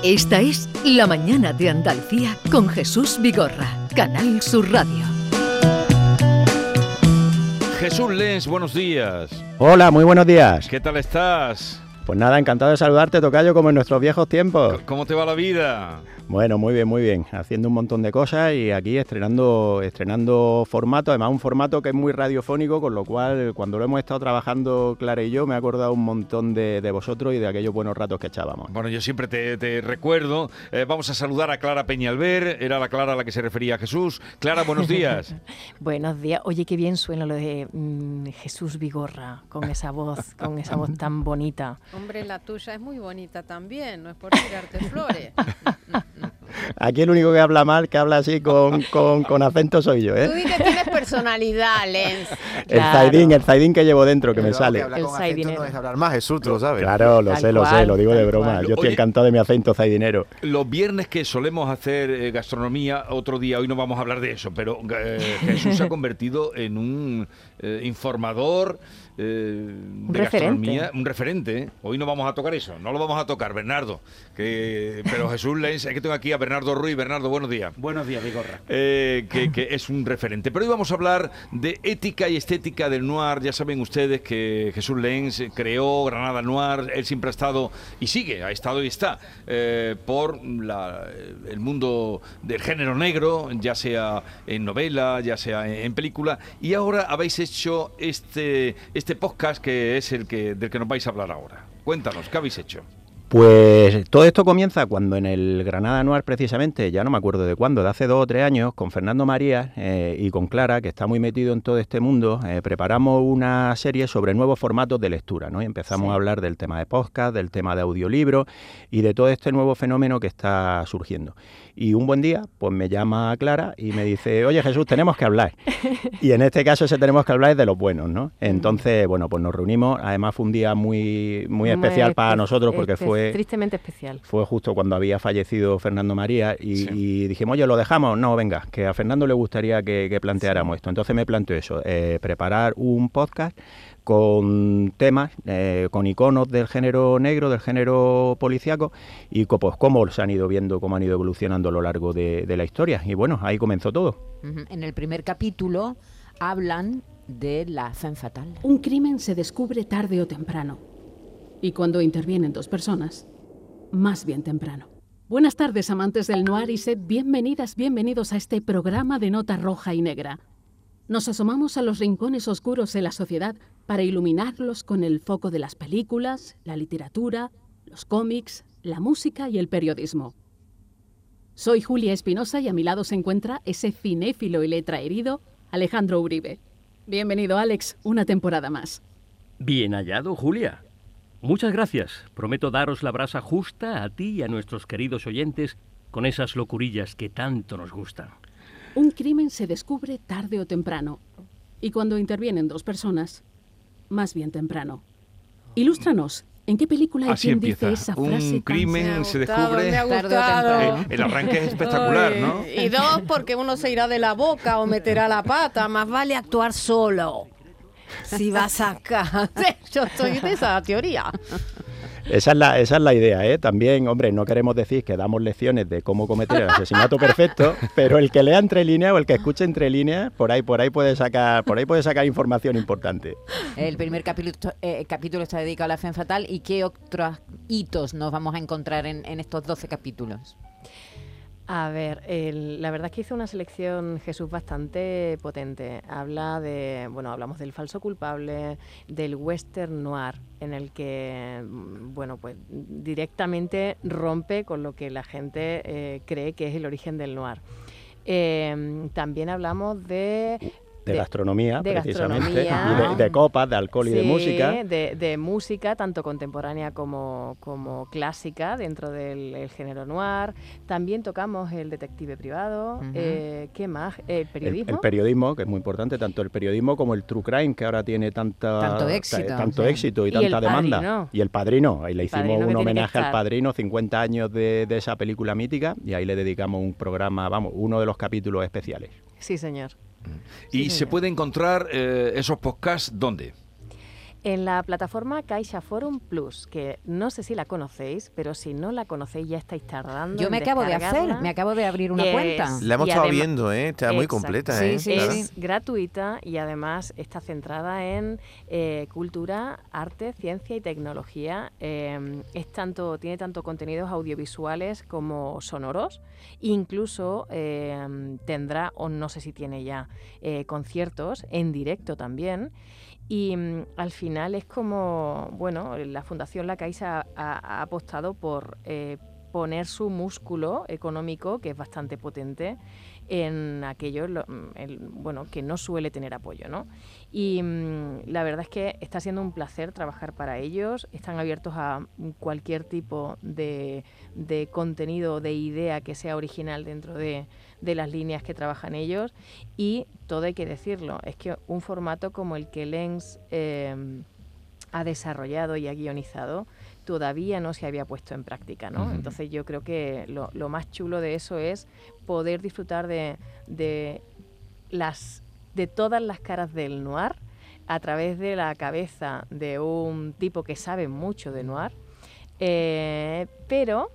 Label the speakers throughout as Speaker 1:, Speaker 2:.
Speaker 1: Esta es La Mañana de Andalucía con Jesús Vigorra, Canal Sur Radio.
Speaker 2: Jesús Lens, buenos días.
Speaker 3: Hola, muy buenos días.
Speaker 2: ¿Qué tal estás?
Speaker 3: Pues nada, encantado de saludarte, tocayo, como en nuestros viejos tiempos.
Speaker 2: ¿Cómo te va la vida?
Speaker 3: Bueno, muy bien, haciendo un montón de cosas y aquí estrenando formato, además un formato que es muy radiofónico, con lo cual cuando lo hemos estado trabajando Clara y yo me he acordado un montón de vosotros y de aquellos buenos ratos que echábamos.
Speaker 2: Bueno, yo siempre te recuerdo. Vamos a saludar a Clara Peñalver, era la Clara a la que se refería Jesús. Clara, buenos días.
Speaker 4: Buenos días. Oye, qué bien suena lo de Jesús Vigorra, con esa voz tan bonita.
Speaker 5: Hombre, la tuya es muy bonita también, no es por tirarte flores.
Speaker 3: Aquí el único que habla mal, que habla así con acento soy yo, ¿eh?
Speaker 5: Tú di que tienes personalidad, Lens.
Speaker 3: Claro. El zaidín que llevo dentro, que me sale.
Speaker 6: Hablar con acento no es hablar más, Jesús, tú lo sabes.
Speaker 3: Claro, lo sé, lo digo de broma. Yo estoy encantado de mi acento zaidinero.
Speaker 2: Los viernes que solemos hacer gastronomía, otro día, hoy no vamos a hablar de eso, pero Jesús se ha convertido en un informador de gastronomía, un referente. Hoy no vamos a tocar eso, no lo vamos a tocar, Bernardo. Pero Jesús Lens, es que tengo aquí a Bernardo Ruiz. Bernardo, buenos días.
Speaker 7: Buenos días, Vigorra.
Speaker 2: Que es un referente. Pero hoy vamos a hablar de ética y estética del noir. Ya saben ustedes que Jesús Lens creó Granada Noir. Él siempre ha estado y sigue, ha estado y está por el mundo del género negro, ya sea en novela, ya sea en película. Y ahora habéis hecho este podcast que es del que nos vais a hablar ahora. Cuéntanos, ¿qué habéis hecho?
Speaker 3: Pues todo esto comienza cuando en el Granada Noir, precisamente, ya no me acuerdo de cuándo, de hace 2 o 3 años, con Fernando Marías y con Clara, que está muy metido en todo este mundo, preparamos una serie sobre nuevos formatos de lectura, ¿no? Y empezamos a hablar del tema de podcast, del tema de audiolibros y de todo este nuevo fenómeno que está surgiendo. Y un buen día, pues me llama Clara y me dice, oye Jesús, tenemos que hablar. Y en este caso ese tenemos que hablar es de los buenos, ¿no? Entonces, bueno, pues nos reunimos, además fue un día muy especial para nosotros porque fue
Speaker 4: tristemente especial.
Speaker 3: Fue justo cuando había fallecido Fernando Marías y dijimos, oye, ¿lo dejamos? No, venga, que a Fernando le gustaría que planteáramos esto. Entonces me planteó eso, preparar un podcast con temas, con iconos del género negro, del género policíaco y pues cómo se han ido viendo, cómo han ido evolucionando a lo largo de la historia. Y bueno, ahí comenzó todo.
Speaker 8: En el primer capítulo hablan de la femme fatale.
Speaker 9: Un crimen se descubre tarde o temprano. Y cuando intervienen 2 personas, más bien temprano. Buenas tardes, amantes del noir, y sed bienvenidos a este programa de nota roja y negra. Nos asomamos a los rincones oscuros de la sociedad para iluminarlos con el foco de las películas, la literatura, los cómics, la música y el periodismo. Soy Julia Espinosa y a mi lado se encuentra ese cinéfilo y letra herido, Alejandro Uribe. Bienvenido, Alex, una temporada más.
Speaker 7: Bien hallado, Julia. Muchas gracias. Prometo daros la brasa justa a ti y a nuestros queridos oyentes con esas locurillas que tanto nos gustan.
Speaker 9: Un crimen se descubre tarde o temprano. Y cuando intervienen 2 personas, más bien temprano. Ilústranos, ¿en qué película hay quien dice esa frase?
Speaker 2: Un crimen se descubre
Speaker 5: tarde o temprano.
Speaker 2: El arranque es espectacular, ¿no?
Speaker 5: Y 2, porque uno se irá de la boca o meterá la pata. Más vale actuar solo. Si vas acá. Yo estoy de esa teoría.
Speaker 3: Esa es la idea, ¿eh? También, hombre, no queremos decir que damos lecciones de cómo cometer el asesinato perfecto, pero el que lea entre líneas o el que escuche entre líneas, por ahí puede sacar información importante.
Speaker 8: El primer capítulo está dedicado a la femme fatale. ¿Y qué otros hitos nos vamos a encontrar en estos 12 capítulos?
Speaker 4: A ver, la verdad es que hizo una selección, Jesús, bastante potente. Hablamos del falso culpable, del western noir, en el que, pues directamente rompe con lo que la gente cree que es el origen del noir. También hablamos de
Speaker 3: gastronomía, precisamente, y de copas, de alcohol y de música.
Speaker 4: De música, tanto contemporánea como clásica, dentro del género noir. También tocamos el detective privado. ¿Qué más? El periodismo.
Speaker 3: El periodismo, que es muy importante, tanto el periodismo como el true crime, que ahora tiene tanto éxito y tanta demanda.
Speaker 4: Padrino.
Speaker 3: Y El Padrino. Ahí le hicimos un homenaje al Padrino, 50 años de esa película mítica, y ahí le dedicamos un programa, uno de los capítulos especiales.
Speaker 4: Sí, señor.
Speaker 2: ¿Y se puede encontrar esos podcasts dónde?
Speaker 4: En la plataforma Caixa Forum Plus, que no sé si la conocéis, pero si no la conocéis ya estáis tardando.
Speaker 8: Yo me acabo de hacer, me acabo de abrir una cuenta.
Speaker 6: La hemos estado viendo, está muy completa.
Speaker 4: Sí, es gratuita y además está centrada en cultura, arte, ciencia y tecnología. Tiene tanto contenidos audiovisuales como sonoros. Incluso tendrá, o no sé si tiene ya, conciertos en directo también. Y al final es como, bueno, la Fundación La Caixa ha apostado por poner su músculo económico, que es bastante potente, en aquello que no suele tener apoyo, ¿no? Y la verdad es que está siendo un placer trabajar para ellos. Están abiertos a cualquier tipo de contenido, de idea que sea original dentro de las líneas que trabajan ellos, y todo hay que decirlo, es que un formato como el que Lens ha desarrollado y ha guionizado todavía no se había puesto en práctica, ¿no? Entonces yo creo que lo más chulo de eso es poder disfrutar de todas las caras del noir a través de la cabeza de un tipo que sabe mucho de noir, pero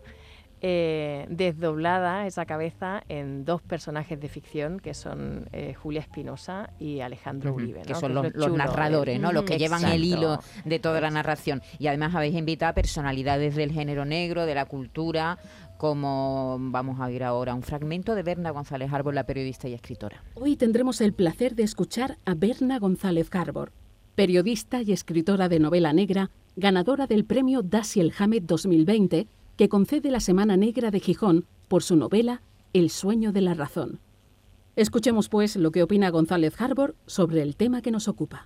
Speaker 4: desdoblada esa cabeza en dos personajes de ficción que son Julia Espinosa y Alejandro Uribe, ¿no?
Speaker 8: Que son los narradores, ¿no? Los que llevan el hilo de toda la narración. Y además habéis invitado a personalidades del género negro, de la cultura, como vamos a oír ahora un fragmento de Berna González Harbor, la periodista y escritora.
Speaker 9: Hoy tendremos el placer de escuchar a Berna González Harbor, periodista y escritora de novela negra, ganadora del premio Dashiell Hammett 2020, que concede la Semana Negra de Gijón por su novela El sueño de la razón. Escuchemos, pues, lo que opina González Harbor sobre el tema que nos ocupa.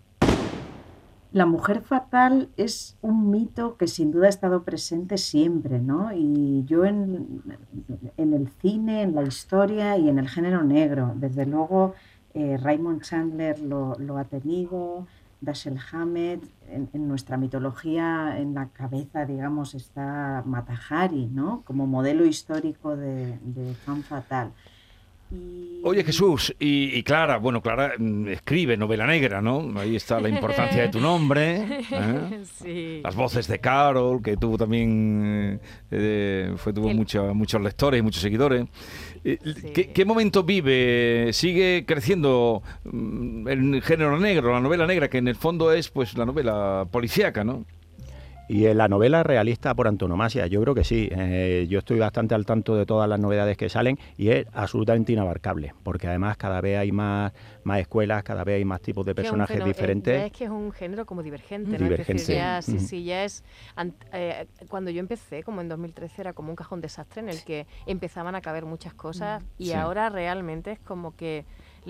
Speaker 10: La mujer fatal es un mito que sin duda ha estado presente siempre, ¿no? Y yo en el cine, en la historia y en el género negro, desde luego Raymond Chandler lo ha tenido, Dashiell Hammett, en nuestra mitología, en la cabeza, digamos, está Mata Hari, ¿no? Como modelo histórico de femme fatal.
Speaker 2: Oye, Jesús, y Clara, bueno, Clara escribe novela negra, ¿no? Ahí está la importancia de tu nombre,
Speaker 4: Sí.
Speaker 2: Las voces de Carol, que tuvo también, tuvo muchos lectores y muchos seguidores. Sí. ¿Qué momento vive? ¿Sigue creciendo el género negro, la novela negra, que en el fondo es pues la novela policíaca, ¿no?
Speaker 3: Y en la novela realista por antonomasia, yo creo que sí. Yo estoy bastante al tanto de todas las novedades que salen y es absolutamente inabarcable, porque además cada vez hay más escuelas, cada vez hay más tipos de personajes diferentes.
Speaker 4: Es que es un género como divergente, ¿no? Es decir, ya es... cuando yo empecé, como en 2013, era como un cajón desastre en el que empezaban a caber muchas cosas y ahora realmente es como que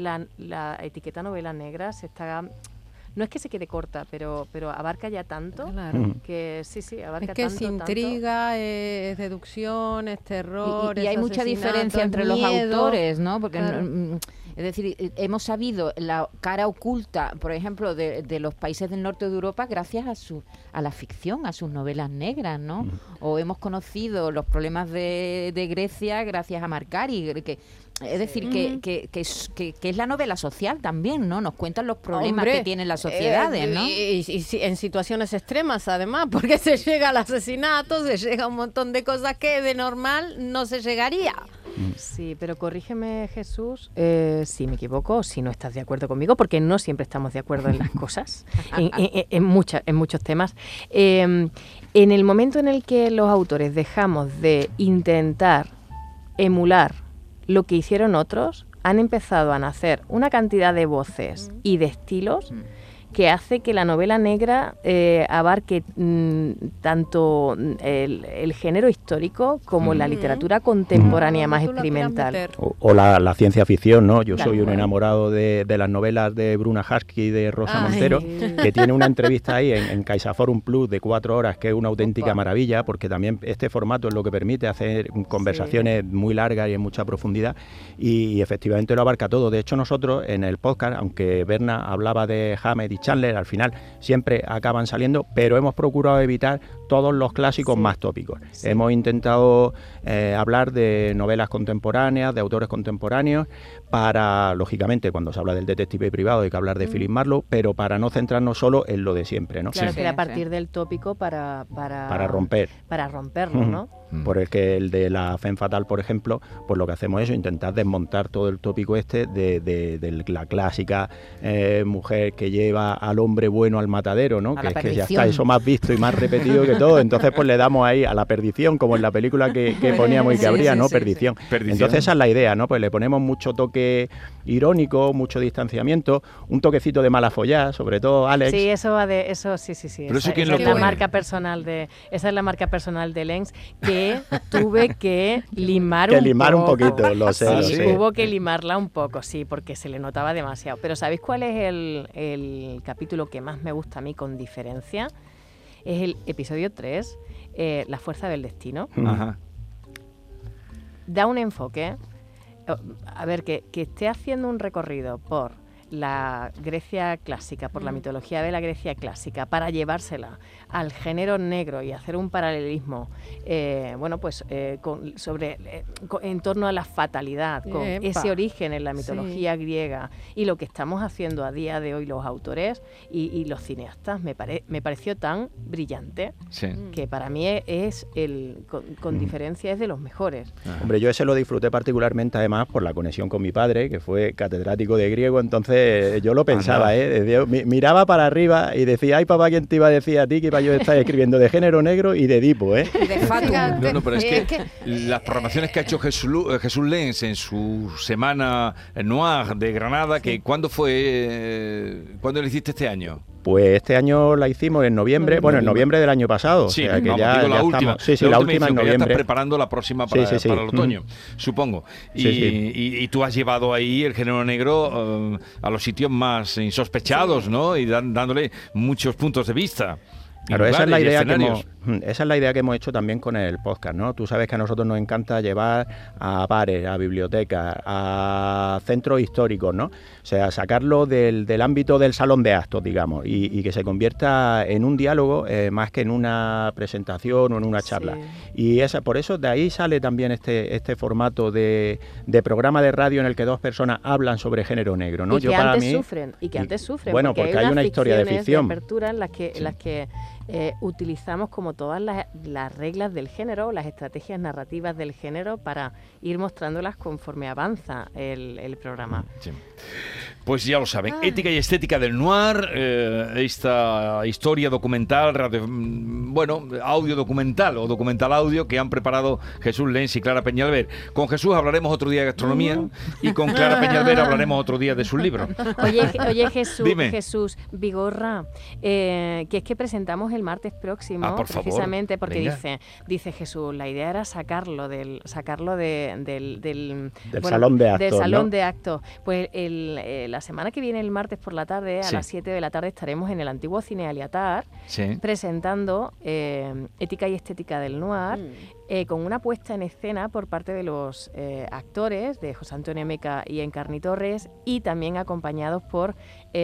Speaker 4: la etiqueta novela negra se está... No es que se quede corta, pero abarca ya tanto, que abarca tanto.
Speaker 5: Es que es intriga, es deducción, es terror,
Speaker 8: y hay mucha diferencia entre los autores, ¿no? Porque, es decir, hemos sabido la cara oculta, por ejemplo, de los países del norte de Europa gracias a la ficción, a sus novelas negras, ¿no? O hemos conocido los problemas de Grecia gracias a Marcari, es decir, que es la novela social también, ¿no? Nos cuentan los problemas que tienen las sociedades, ¿no?
Speaker 5: Y en situaciones extremas, además, porque se llega al asesinato, se llega a un montón de cosas que de normal no se llegaría.
Speaker 4: Sí, pero corrígeme, Jesús, si me equivoco, si no estás de acuerdo conmigo, porque no siempre estamos de acuerdo en las cosas, en muchos temas. En el momento en el que los autores dejamos de intentar emular lo que hicieron otros, han empezado a nacer una cantidad de voces y de estilos que hace que la novela negra abarque tanto el género histórico como la literatura contemporánea más experimental.
Speaker 3: O la ciencia ficción, ¿no? Yo soy un enamorado de las novelas de Bruna Husky y de Rosa Montero, que tiene una entrevista ahí en Caixa Forum Plus de 4 horas, que es una auténtica maravilla, porque también este formato es lo que permite hacer conversaciones muy largas y en mucha profundidad, y efectivamente lo abarca todo. De hecho, nosotros en el podcast, aunque Berna hablaba de Hammett y Chandler, al final siempre acaban saliendo, pero hemos procurado evitar todos los clásicos más tópicos. Hemos intentado hablar de novelas contemporáneas, de autores contemporáneos, para, lógicamente, cuando se habla del detective privado hay que hablar de Philip Marlowe, pero para no centrarnos solo en lo de siempre, ¿no?
Speaker 4: Claro, que era a partir del tópico para
Speaker 3: romper.
Speaker 4: Para romperlo, ¿no?
Speaker 3: Porque el de la Femme Fatale, por ejemplo, pues lo que hacemos es intentar desmontar todo el tópico de la clásica mujer que lleva al hombre bueno al matadero, ¿no? Que es que ya está eso más visto y más repetido que todo. Entonces, pues le damos ahí a la perdición, como en la película que poníamos y que habría, ¿no? Perdición. Entonces, esa es la idea, ¿no? Pues le ponemos mucho toque irónico, mucho distanciamiento, un toquecito de mala follá, sobre todo Alex.
Speaker 4: Sí, eso sí.
Speaker 2: Pero
Speaker 4: esa es la marca personal de Lenz, que tuve que limar
Speaker 3: un poquito, lo sé.
Speaker 4: Sí, hubo que limarla un poco, sí, porque se le notaba demasiado. Pero ¿sabéis cuál es el capítulo que más me gusta a mí con diferencia? Es el episodio 3, La fuerza del destino.
Speaker 2: Ajá.
Speaker 4: Da un enfoque. A ver, que esté haciendo un recorrido por la Grecia clásica, por la mitología de la Grecia clásica, para llevársela al género negro y hacer un paralelismo, en torno a la fatalidad, con ese origen en la mitología griega y lo que estamos haciendo a día de hoy los autores y los cineastas, me pareció tan brillante que para mí es con diferencia es de los mejores.
Speaker 3: Hombre, yo ese lo disfruté particularmente además por la conexión con mi padre, que fue catedrático de griego, entonces yo lo pensaba, miraba para arriba y decía, ay papá, ¿quién te iba a decir a ti que iba yo a estar escribiendo de género negro y de Edipo,
Speaker 8: Y de Fatum.
Speaker 2: No, pero es que las programaciones que ha hecho Jesús Lenz en su semana Noir de Granada, que ¿cuándo lo hiciste este año?
Speaker 3: Pues este año la hicimos en noviembre, en noviembre del año pasado.
Speaker 2: Sí,
Speaker 3: o sea, que
Speaker 2: vamos,
Speaker 3: ya
Speaker 2: la última.
Speaker 3: Estamos, sí, la última en noviembre.
Speaker 2: Ya estás preparando la próxima para el otoño, supongo. Y tú has llevado ahí el género negro a los sitios más insospechados, ¿no? Y dándole muchos puntos de vista.
Speaker 3: Claro, esa es la idea que hemos hecho también con el podcast, ¿no? Tú sabes que a nosotros nos encanta llevar a bares, a bibliotecas, a centros históricos, ¿no? O sea, sacarlo del ámbito del salón de actos, digamos, y que se convierta en un diálogo más que en una presentación o en una charla. Y por eso de ahí sale también este formato de programa de radio en el que dos personas hablan sobre género negro, ¿no?
Speaker 4: Y que antes sufren.
Speaker 3: Bueno, porque hay una historia de ficción.
Speaker 4: De apertura en las que utilizamos como todas las reglas del género, las estrategias narrativas del género para ir mostrándolas conforme avanza el programa.
Speaker 2: Sí. Pues ya lo saben, Ética y Estética del Noir, esta historia documental, audio documental o documental audio que han preparado Jesús Lenz y Clara Peñalver. Con Jesús hablaremos otro día de gastronomía y con Clara Peñalver hablaremos otro día de sus libros.
Speaker 4: Oye Jesús Vigorra, que es que presentamos el martes próximo,
Speaker 2: por favor,
Speaker 4: precisamente porque
Speaker 2: venga.
Speaker 4: dice Jesús, la idea era sacarlo del
Speaker 3: salón de actos,
Speaker 4: del salón
Speaker 3: ¿no?
Speaker 4: de actos. Pues la semana que viene, el martes por la tarde, a las 7 de la tarde, estaremos en el antiguo Cine Aliatar presentando Ética y Estética del Noir, con una puesta en escena por parte de los actores de José Antonio Meca y Encarni Torres, y también acompañados por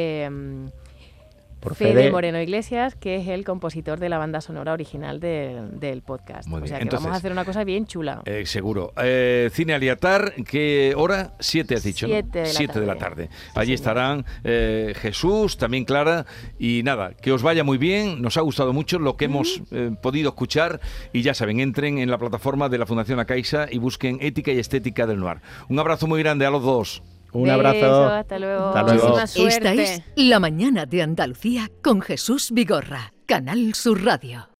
Speaker 4: Fede Moreno Iglesias, que es el compositor de la banda sonora original del podcast.
Speaker 2: Muy bien.
Speaker 4: O sea, que
Speaker 2: Entonces,
Speaker 4: vamos a hacer una cosa bien chula.
Speaker 2: Seguro. Cine Aliatar, ¿qué hora? 7 has dicho,
Speaker 4: 7
Speaker 2: de la tarde. Allí estarán Jesús, también Clara, y nada, que os vaya muy bien. Nos ha gustado mucho lo que hemos podido escuchar, y ya saben, entren en la plataforma de la Fundación La Caixa y busquen Ética y Estética del Noir. Un abrazo muy grande a los dos.
Speaker 3: Un abrazo.
Speaker 4: Hasta luego.
Speaker 3: Hasta luego.
Speaker 5: Muchísima suerte.
Speaker 1: Esta es La Mañana de Andalucía con Jesús Vigorra, Canal Sur Radio.